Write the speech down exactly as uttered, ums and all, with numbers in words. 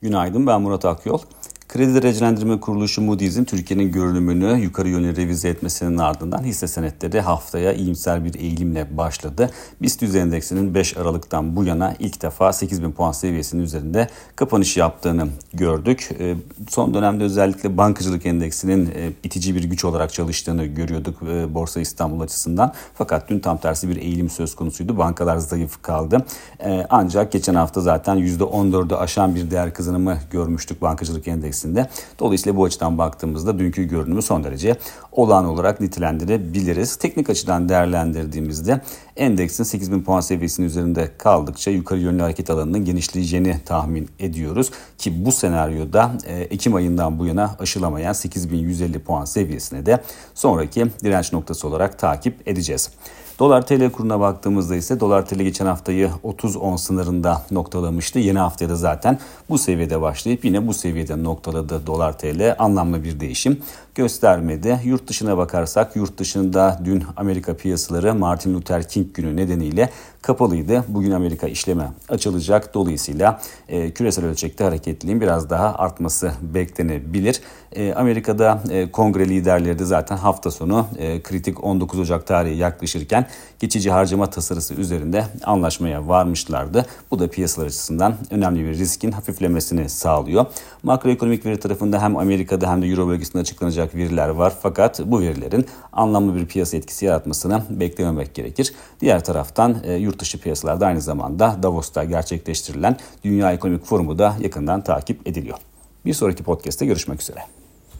Günaydın, ben Murat Akyol. Kredi Derecelendirme Kuruluşu Moody's'in Türkiye'nin görünümünü yukarı yönlü revize etmesinin ardından hisse senetleri haftaya iyimser bir eğilimle başladı. BIST yüz endeksinin beş Aralık'tan bu yana ilk defa sekiz bin puan seviyesinin üzerinde kapanış yaptığını gördük. Son dönemde özellikle bankacılık endeksinin itici bir güç olarak çalıştığını görüyorduk Borsa İstanbul açısından. Fakat dün tam tersi bir eğilim söz konusuydu. Bankalar zayıf kaldı. Ancak geçen hafta zaten yüzde on dördü aşan bir değer kazanımı görmüştük bankacılık endeksinde. Dolayısıyla bu açıdan baktığımızda dünkü görünümü son derece olağan olarak nitelendirebiliriz. Teknik açıdan değerlendirdiğimizde endeksin sekiz bin puan seviyesinin üzerinde kaldıkça yukarı yönlü hareket alanının genişleyeceğini tahmin ediyoruz. Ki bu senaryoda Ekim ayından bu yana aşılamayan sekiz bin yüz elli puan seviyesine de sonraki direnç noktası olarak takip edeceğiz. Dolar T L kuruna baktığımızda ise Dolar T L geçen haftayı otuz on sınırında noktalamıştı. Yeni haftaya da zaten bu seviyede başlayıp yine bu seviyede noktaladı Dolar T L. Anlamlı bir değişim göstermedi. Yurt dışına bakarsak yurt dışında dün Amerika piyasaları Martin Luther King günü nedeniyle kapalıydı. Bugün Amerika işleme açılacak. Dolayısıyla e, küresel ölçekte hareketliliğin biraz daha artması beklenebilir. E, Amerika'da e, kongre liderleri de zaten hafta sonu e, kritik on dokuz Ocak tarihi yaklaşırken geçici harcama tasarısı üzerinde anlaşmaya varmışlardı. Bu da piyasalar açısından önemli bir riskin hafiflemesini sağlıyor. Makroekonomik veri tarafında hem Amerika'da hem de Euro bölgesinde açıklanacak veriler var. Fakat bu verilerin anlamlı bir piyasa etkisi yaratmasını beklememek gerekir. Diğer taraftan e, yurt dışı piyasalarda aynı zamanda Davos'ta gerçekleştirilen Dünya Ekonomik Forumu da yakından takip ediliyor. Bir sonraki podcast'te görüşmek üzere.